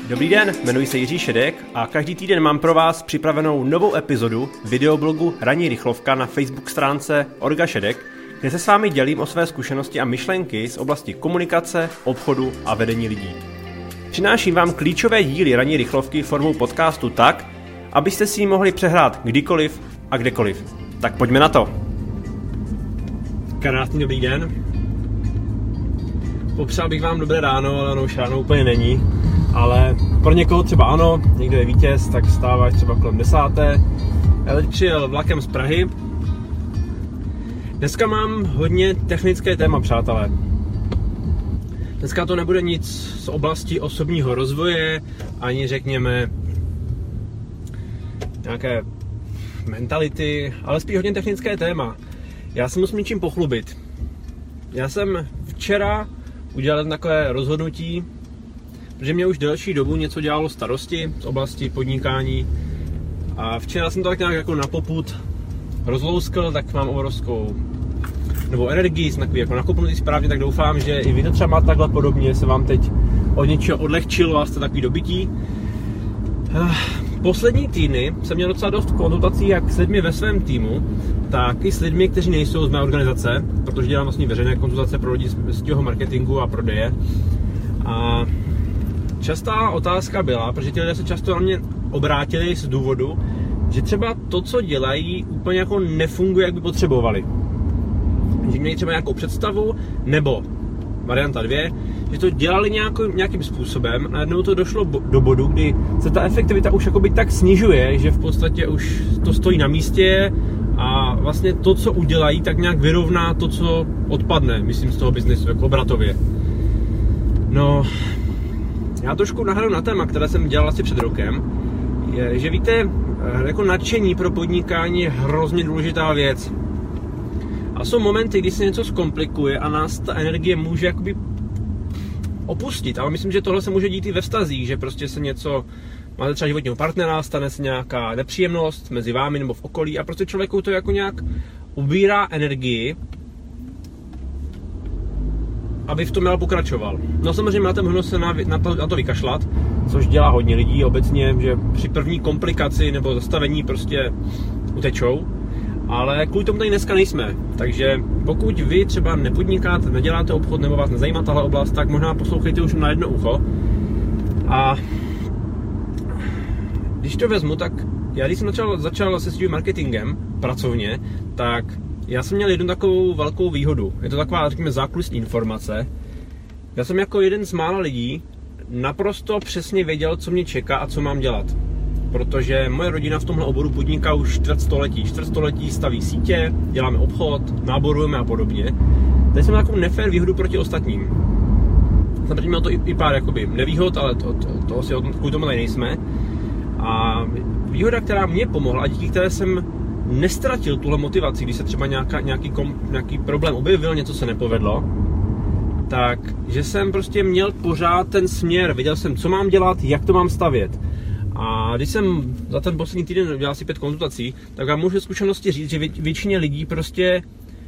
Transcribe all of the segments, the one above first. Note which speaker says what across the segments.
Speaker 1: Dobrý den, jmenuji se Jiří Šedek a každý týden mám pro vás připravenou novou epizodu videoblogu Ranní rychlovka na Facebook stránce Olga Šedek, kde se s vámi dělím o své zkušenosti a myšlenky z oblasti komunikace, obchodu a vedení lidí. Přináším vám klíčové díly Ranní rychlovky formou podcastu tak, abyste si ji mohli přehrát kdykoliv a kdekoliv. Tak pojďme na to. Krásný dobrý den. Popřál bych vám dobré ráno, ale ono už ráno úplně není. Ale pro někoho třeba ano, někdo je vítěz, tak vstává třeba kolem 10. Já teď přijel vlakem z Prahy. Dneska mám hodně technické téma, přátelé. Dneska to nebude nic z oblasti osobního rozvoje, ani řekněme nějaké mentality, ale spíš hodně technické téma. Já se musím něčím pochlubit. Já jsem včera udělal takové rozhodnutí, protože mě už delší dobu něco dělalo starosti z oblasti podnikání a včera jsem to tak nějak jako na popud rozlouskl, tak mám obrovskou novou energii, jsem takový jako nakopnutý správně, tak doufám, že i vy to třeba máte takhle podobně, se vám teď od něčeho odlehčilo a jste takový dobytí. Poslední týdny jsem měl docela dost konzultací jak s lidmi ve svém týmu, tak i s lidmi, kteří nejsou z mé organizace, protože dělám vlastně veřejné konzultace pro lidi z toho marketingu a prodeje. A častá otázka byla, protože ti lidé se často na mě obrátili z důvodu, že třeba to, co dělají, úplně jako nefunguje, jak by potřebovali. Že měli třeba nějakou představu, nebo varianta 2, že to dělali nějakým způsobem a najednou to došlo do bodu, kdy se ta efektivita už jakoby tak snižuje, že v podstatě už to stojí na místě a vlastně to, co udělají, tak nějak vyrovná to, co odpadne, myslím, z toho biznesu, jako obratově. No, já trošku nahraju na téma, které jsem dělal asi před rokem, je, že víte, jako nadšení pro podnikání je hrozně důležitá věc. A jsou momenty, kdy se něco zkomplikuje a nás ta energie může jakoby opustit. Ale myslím, že tohle se může dít i ve vztazích, že prostě se něco, máte třeba životního partnera, stane se nějaká nepříjemnost mezi vámi nebo v okolí a prostě člověku to jako nějak ubírá energii, aby v tom měl pokračoval. No samozřejmě máte možnost se na to vykašlat, což dělá hodně lidí obecně, že při první komplikaci nebo zastavení prostě utečou. Ale kvůli tomu tady dneska nejsme, takže pokud vy třeba nepodnikáte, neděláte obchod nebo vás nezajímá tahle oblast, tak možná poslouchejte už na jedno ucho. A když to vezmu, tak já když jsem začal se svým marketingem pracovně, tak já jsem měl jednu takovou velkou výhodu. Je to taková, řekněme, zákulisní informace. Já jsem jako jeden z mála lidí naprosto přesně věděl, co mě čeká a co mám dělat. Protože moje rodina v tomhle oboru podniká už čtvrtstoletí staví sítě, děláme obchod, náborujeme a podobně. Tady jsem měl takovou nefér výhodu proti ostatním. Samozřejmě měl to i pár jakoby nevýhod, ale to asi kvůli tomu tady nejsme. A výhoda, která mě pomohla a díky které jsem nestratil tuhle motivaci, když se třeba nějaký problém objevil, něco se nepovedlo, tak že jsem prostě měl pořád ten směr, věděl jsem, co mám dělat, jak to mám stavět. A když jsem za ten poslední týden udělal asi 5 konzultací, tak vám můžu zkušenosti říct, že většině lidí prostě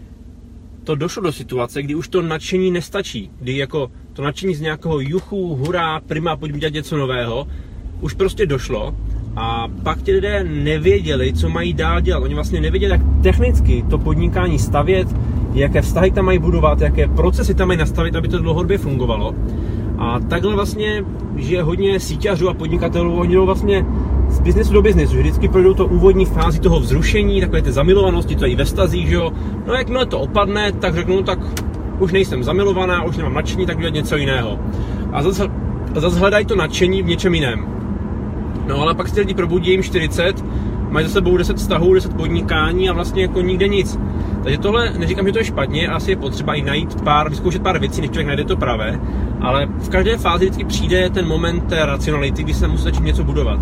Speaker 1: to došlo do situace, kdy už to nadšení nestačí. Kdy jako to nadšení z nějakého juchu, hurá, prima, pojďme dělat něco nového, už prostě došlo. A pak ti lidé nevěděli, co mají dál dělat. Oni vlastně nevěděli, jak technicky to podnikání stavět, jaké vztahy tam mají budovat, jaké procesy tam mají nastavit, aby to dlouhodobě fungovalo. A takhle vlastně žije hodně síťařů a podnikatelů, oni jdou vlastně z biznesu do biznesu, že vždycky projdou to úvodní fázi toho vzrušení, takové ty zamilovanosti, to je i ve vztazích, že jo. No jakmile to opadne, tak řeknu, tak už nejsem zamilovaná, už nemám nadšení, tak dělat něco jiného. A zase hledají to nadšení v něčem jiném. No ale pak se lidi probudí, jim 40, mají za sebou 10 vztahů, 10 podnikání a vlastně jako nikde nic. Takže tohle, neříkám, že to je špatně, asi je potřeba i vyzkoušet pár věcí, než člověk najde to pravé, ale v každé fázi vždycky přijde ten moment té racionality, kdy se musí začít něco budovat.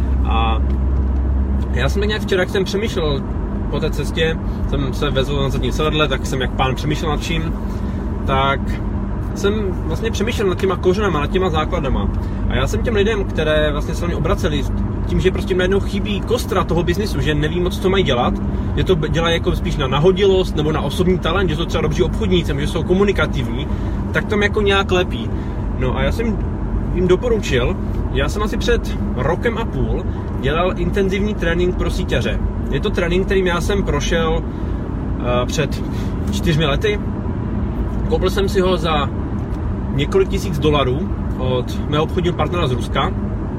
Speaker 1: A já jsem tak nějak včera, jak jsem přemýšlel po té cestě, jsem se vezl na zadním sedadle, tak jsem jak pán přemýšlel nad čím, tak jsem vlastně přemýšlel nad těma kořenama, nad těma základama. A já jsem těm lidem, které vlastně se na mě obraceli, tím, že prostě najednou chybí kostra toho biznisu, že neví moc, co mají dělat, že to dělají jako spíš na nahodilost nebo na osobní talent, že jsou třeba dobří obchodníci, že jsou komunikativní, tak tam jako nějak lepí. No a já jsem jim doporučil, já jsem asi před rokem a půl dělal intenzivní trénink pro síťaře. Je to trénink, kterým já jsem prošel před 4 lety. Koupil jsem si ho za několik tisíc dolarů od mého obchodního partnera z Ruska.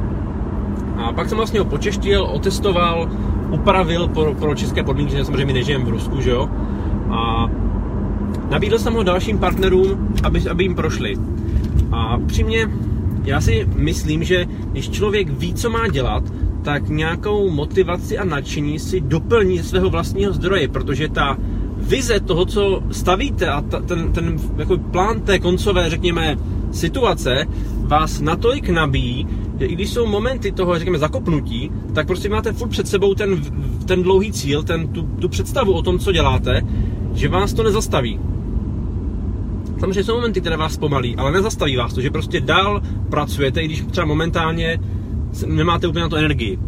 Speaker 1: A pak jsem vlastně ho počeštil, otestoval, upravil pro české podmínky, že samozřejmě nežijem v Rusku, že jo. A nabídl jsem ho dalším partnerům, aby jim prošli. A upřímně, já si myslím, že když člověk ví, co má dělat, tak nějakou motivaci a nadšení si doplní ze svého vlastního zdroje, protože ta vize toho, co stavíte a ten jako plán té koncové, řekněme, situace vás natolik nabíjí, že i když jsou momenty toho, řekněme, zakopnutí, tak prostě máte furt před sebou ten dlouhý cíl, tu představu o tom, co děláte, že vás to nezastaví. Samozřejmě jsou momenty, které vás zpomalí, ale nezastaví vás to, že prostě dál pracujete, i když třeba momentálně nemáte úplně na to energii.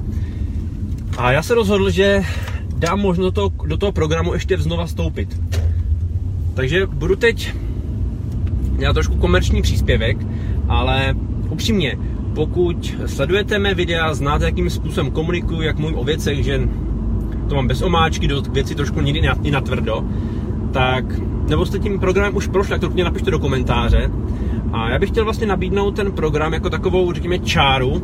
Speaker 1: A já se rozhodl, že dám možnost do toho programu ještě znova vstoupit. Takže budu teď dělat trošku komerční příspěvek, ale upřímně, pokud sledujete mé videa, znáte, jakým způsobem komunikuju, jak mluvím o věcech, že to mám bez omáčky, do věcí trošku někdy i natvrdo, tak nebo jste tím programem už prošli, tak to mě napište do komentáře. A já bych chtěl vlastně nabídnout ten program jako takovou, řekněme, čáru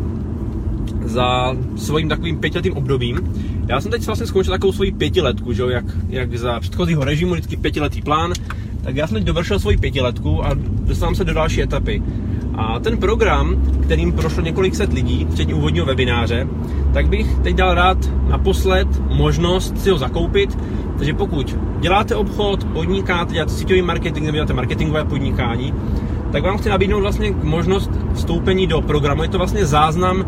Speaker 1: za svým takovým 5letým obdobím. Já jsem teď vlastně skončil takovou svoji 5letku, že jo, jak za předchozího režimu, vždycky 5letý plán, tak já jsem teď dovršil svoji 5letku a dostávám se do další etapy. A ten program, kterým prošlo několik set lidí, včetně úvodního webináře, tak bych teď dal rád naposled možnost si ho zakoupit. Takže pokud děláte obchod, podnikáte, děláte síťový marketing nebo děláte marketingové podnikání, tak vám chci nabídnout vlastně možnost vstoupení do programu. Je to vlastně záznam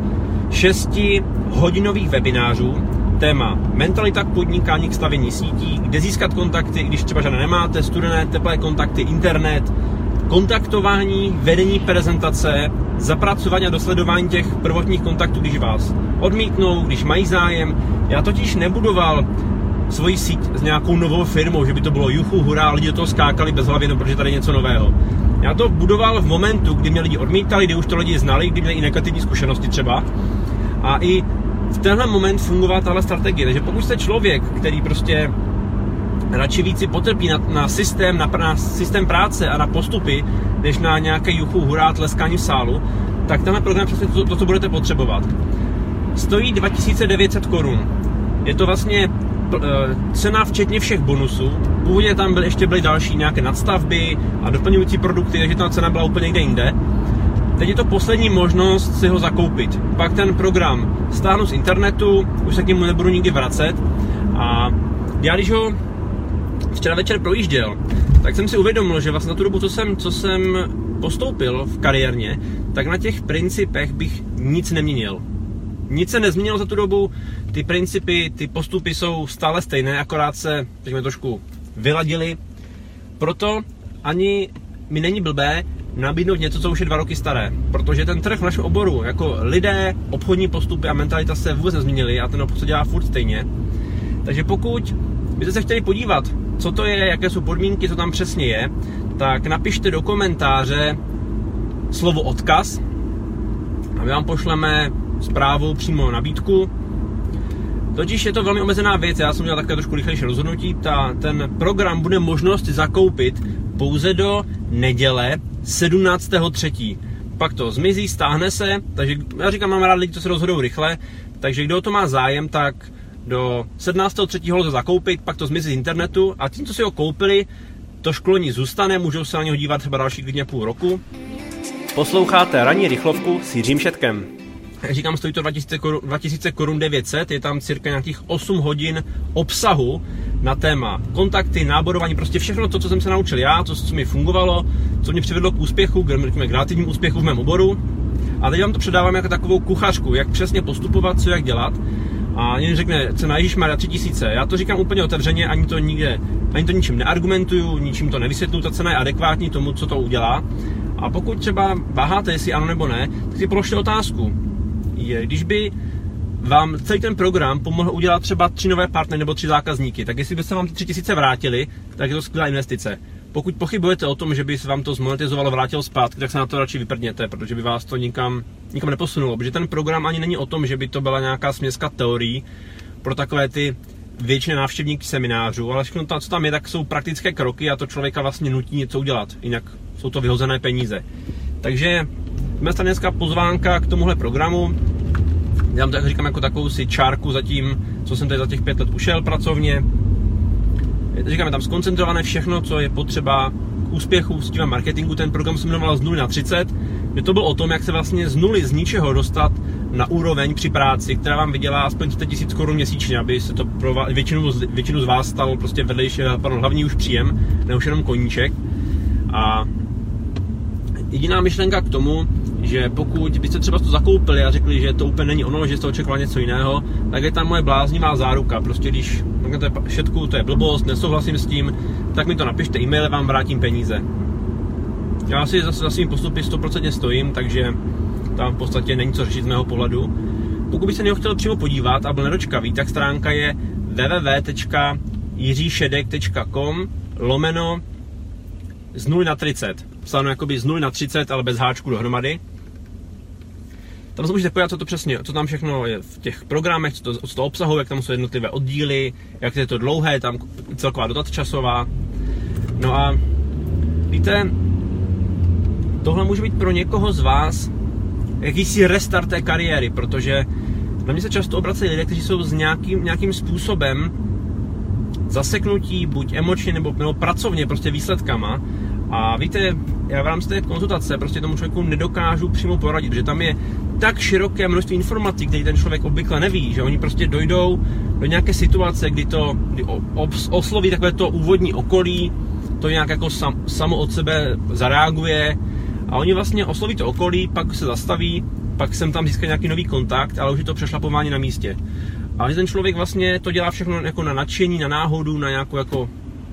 Speaker 1: 6hodinových webinářů, téma mentalita k podnikání, k stavění sítí, kde získat kontakty, když třeba žádné nemáte, studené, teplé kontakty, internet, kontaktování, vedení prezentace, zapracování a dosledování těch prvotních kontaktů, když vás odmítnou, když mají zájem. Já totiž nebudoval svoji síť s nějakou novou firmou, že by to bylo juchu, hurá, lidi do toho skákali bez hlavy, no, protože tady je něco nového. Já to budoval v momentu, kdy mě lidi odmítali, kdy už to lidi znali, kdy měli i negativní zkušenosti třeba. A i v tenhle moment fungovala tahle strategie. Takže pokud jste člověk, který prostě radši víc si potrpí na systém práce a na postupy, než na nějaké juchu, hurá, tleskání v sálu, tak tenhle program přesně to, co budete potřebovat. Stojí 2900 korun. Je to vlastně cena včetně všech bonusů. Původně tam byly další nějaké nadstavby a doplňující produkty, takže ta cena byla úplně někde jinde. Teď je to poslední možnost si ho zakoupit. Pak ten program stáhnu z internetu, už se k němu nebudu nikdy vracet. A já když ho včera večer projížděl, tak jsem si uvědomil, že vlastně na tu dobu, co jsem postoupil v kariérně, tak na těch principech bych nic neměnil. Nic se nezměnilo za tu dobu, ty principy, ty postupy jsou stále stejné, akorát se trošku vyladily. Proto ani mi není blbé nabídnout něco, co už je 2 roky staré, protože ten trh v našem oboru, jako lidé, obchodní postupy a mentalita se vůbec nezměnily a ten obchod se dělá furt stejně. Takže pokud byste se chtěli podívat, co to je, jaké jsou podmínky, co tam přesně je, tak napište do komentáře slovo odkaz a my vám pošleme zprávu přímo nabídku. Totiž je to velmi omezená věc, já jsem měl takové trošku rychlejší rozhodnutí, ten program bude možnost zakoupit pouze do neděle 17.3. Pak to zmizí, stáhne se, takže já říkám, mám rád lidi, co se rozhodou rychle, takže kdo to má zájem, tak do 17.3. ho lze zakoupit, pak to zmizí z internetu a tím, co si ho koupili, to školení zůstane, můžou se na něho dívat třeba další klidně půl roku. Posloucháte ranní rychlovku s Jiřím Šetkem. Jak říkám, stojí to 2000 korun 900, je tam cirka nějakých 8 hodin obsahu na téma kontakty, náborování, prostě všechno to, co jsem se naučil já, to, co mi fungovalo, co mě přivedlo k úspěchu, k relativnímu úspěchu v mém oboru. A teď vám to předávám jako takovou kuchařku, jak přesně postupovat, co jak dělat. A někdo řekne, cena ježišmarja 3000. Já to říkám úplně otevřeně, ani to ničím neargumentuju, ničím to nevysvětluju, ta cena je adekvátní tomu, co to udělá. A pokud třeba váháte, jestli ano nebo ne, tak si položte otázku. Když by vám celý ten program pomohl udělat třeba 3 nové partnery nebo 3 zákazníky, tak jestli by se vám ty 3000 vrátili, tak je to skvělá investice. Pokud pochybujete o tom, že by se vám to zmonetizovalo, vrátilo zpátky, tak se na to radši vyprdněte, protože by vás to nikam neposunulo. Protože ten program ani není o tom, že by to byla nějaká směska teorií pro takové ty většiné návštěvníky seminářů, ale všechno to, co tam je, tak jsou praktické kroky a to člověka vlastně nutí něco udělat, jinak jsou to vyhozené peníze. Takže dnes dneska pozvánka k tomuhle programu. Já vám to, jak říkám, jako takovou si čárku za tím, co jsem tady za těch 5 let ušel pracovně. Říkáme tam skoncentrované všechno, co je potřeba k úspěchu s tím marketingu. Ten program se jmenoval z 0 na 30, kde to bylo o tom, jak se vlastně z nuly, z ničeho dostat na úroveň při práci, která vám vydělá aspoň 100 000 korun měsíčně, aby se to pro většinu z vás stalo prostě vedlejší, hlavní už příjem, ne už jenom koníček. A jediná myšlenka k tomu, že pokud byste třeba to zakoupili a řekli, že to úplně není ono, že jste očekávali něco jiného, tak je tam moje bláznivá záruka. Prostě když řeknete všetku, to je blbost, nesouhlasím s tím, tak mi to napište e-mail, vám vrátím peníze. Já si za svým postupy 100% stojím, takže tam v podstatě není co řešit z mého pohledu. Pokud byste mě chtěl přímo podívat a byl nedočkavý, tak stránka je www.jiřišedek.com / z 0 na 30. Psáno jakoby z 0 na 30, ale bez háčku dohromady. Tam se můžete podívat, co tam všechno je v těch programech, co to obsahuje, jak tam jsou jednotlivé oddíly, jak je to dlouhé, tam celková dotace časová. No a víte, tohle může být pro někoho z vás jakýsi restart té kariéry, protože na mě se často obracejí lidé, kteří jsou s nějakým způsobem zaseknutí, buď emočně nebo pracovně, prostě výsledkama. A víte, já v rámci té konzultace prostě tomu člověku nedokážu přímo poradit, protože tam je tak široké množství informací, které ten člověk obvykle neví, že oni prostě dojdou do nějaké situace, kdy osloví takové to úvodní okolí, to nějak jako samo od sebe zareaguje a oni vlastně osloví to okolí, pak se zastaví, pak sem tam získá nějaký nový kontakt, ale už je to přešlapování na místě. A že ten člověk vlastně to dělá všechno jako na nadšení, na náhodu, na nějakou jako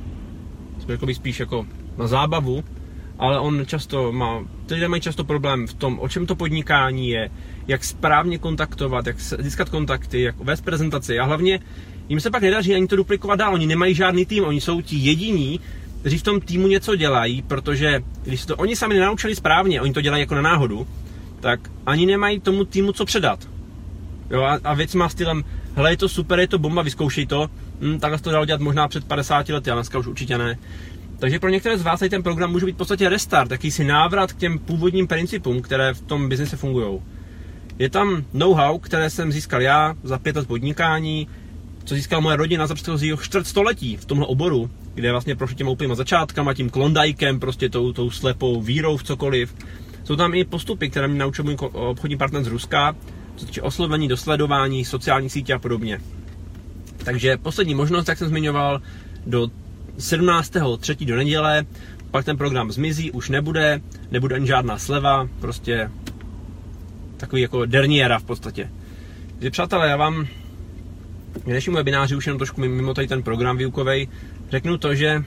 Speaker 1: spíš jako na zábavu, ale ty lidé mají často problém v tom, o čem to podnikání je, jak správně kontaktovat, jak získat kontakty, jak vést prezentaci a hlavně jim se pak nedaří ani to duplikovat dál, oni nemají žádný tým, oni jsou ti jediní, kteří v tom týmu něco dělají, protože když se to oni sami nenaučili správně, oni to dělají jako na náhodu, tak ani nemají tomu týmu co předat. Jo, a věc má stylem, hele, je to super, je to bomba, vyzkoušej to, takhle se to dalo dělat možná před 50 lety, ale dneska už určitě ne. Takže pro některé z vás ten program může být v podstatě restart, jakýsi návrat k těm původním principům, které v tom biznise fungují. Je tam know-how, které jsem získal já za 5 let podnikání, co získala moje rodina za předchozího čtvrtstoletí v tomhle oboru, kde vlastně prošli těma úplnýma začátkama, tím klondajkem, prostě tou slepou vírou v cokoliv. Jsou tam i postupy, které mě naučil můj obchodní partner z Ruska, co se týče oslovení, dosledování, sociální sítě a podobně. Takže poslední možnost, jak jsem zmiňoval, do 17.3. do neděle, pak ten program zmizí, už nebude ani žádná sleva, prostě takový jako derniéra v podstatě. Takže přátelé, já vám v dnešním webináři už jenom trošku mimo tady ten program výukovej řeknu to, že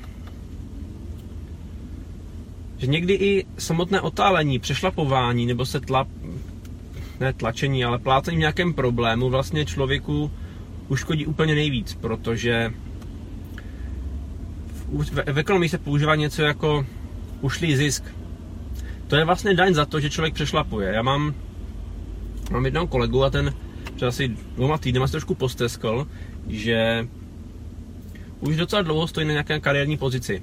Speaker 1: někdy i samotné otálení, přešlapování nebo se tlačení, ale plácení v nějakém problému vlastně člověku uškodí úplně nejvíc, protože v ekonomii se používá něco jako ušlý zisk. To je vlastně daň za to, že člověk přešlapuje. Já mám jednoho kolegu a ten před asi 2 týdny se trošku posteskl, že už docela dlouho stojí na nějaké kariérní pozici.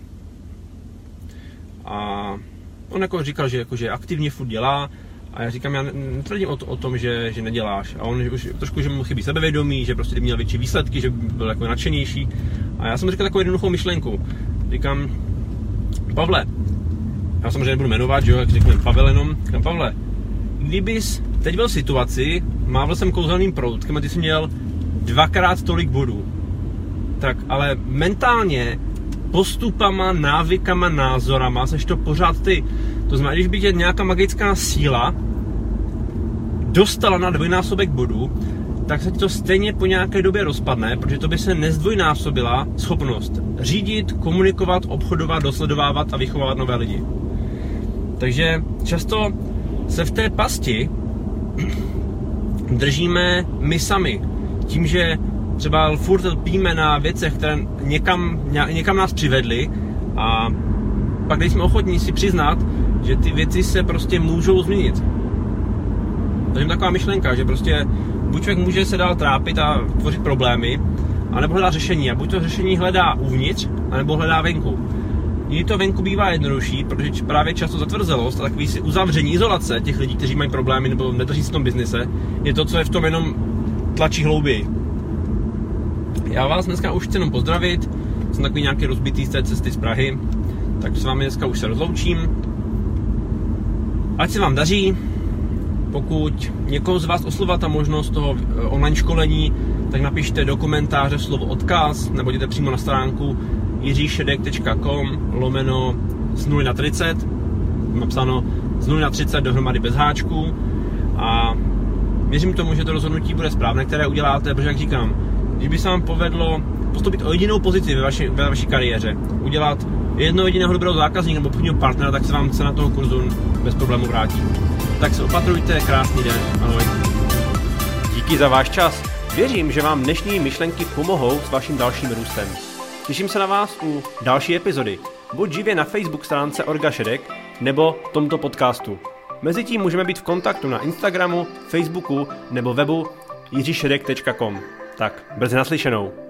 Speaker 1: A on jako říkal, že aktivně furt dělá a já říkám, já netvrdím o tom, že neděláš. A on už trošku, že mu chybí sebevědomí, že prostě by měl větší výsledky, že by byl jako nadšenější. A já jsem říkal takovou jednoduchou myšlenku. Říkám, Pavle, já samozřejmě nebudu jmenovat, že jo, jak řekneme Pavel jenom. Říkám, Pavle, kdybys teď byl v situaci, mávl jsem kouzelným proutkem a ty jsi měl 2x tolik bodů. Tak, ale mentálně, postupama, návykama, názorama, seš to pořád ty. To znamená, když by tě nějaká magická síla dostala na 2násobek bodů, tak se ti to stejně po nějaké době rozpadne, protože to by se nezdvojnásobila schopnost řídit, komunikovat, obchodovat, dosledovávat a vychovávat nové lidi. Takže často se v té pasti držíme my sami. Tím, že třeba furt lpíme na věcech, které někam nás přivedly a pak nejsme ochotní si přiznat, že ty věci se prostě můžou změnit. Takže taková myšlenka, že prostě buď člověk může se dál trápit a tvořit problémy, anebo hledá řešení. A buď to řešení hledá uvnitř, anebo hledá venku. Někdy to venku bývá jednodušší, protože právě často zatvrzelost a takový si uzavření, izolace těch lidí, kteří mají problémy nebo nedaří se v tom biznise, je to, co je v tom jenom tlačí hlouběji. Já vás dneska už chci jenom pozdravit, jsem takový nějaký rozbitý z té cesty z Prahy, tak s vámi dneska už se rozloučím. Ať se vám daří, pokud někoho z vás oslovila ta možnost toho online školení, tak napište do komentáře slovo odkaz, nebo jděte přímo na stránku jiřišedek.com/z0-30, napsáno z 0-30 dohromady bez háčku, a věřím tomu, že to rozhodnutí bude správné, které uděláte, protože jak říkám, když by se vám povedlo postoupit o jedinou pozici ve vaší kariéře, udělat jednoho jediného dobrého zákazníka nebo obchodního partnera, tak se vám cena toho kurzu bez problému vrátí. Tak se opatrujte, krásný den, ahoj. Díky za váš čas. Věřím, že vám dnešní myšlenky pomohou s vaším dalším růstem. Těším se na vás u další epizody, buď živě na Facebook stránce Orga Šedek, nebo tomto podcastu. Mezitím můžeme být v kontaktu na Instagramu, Facebooku nebo webu jiřišedek.com. Tak, brzy naslyšenou.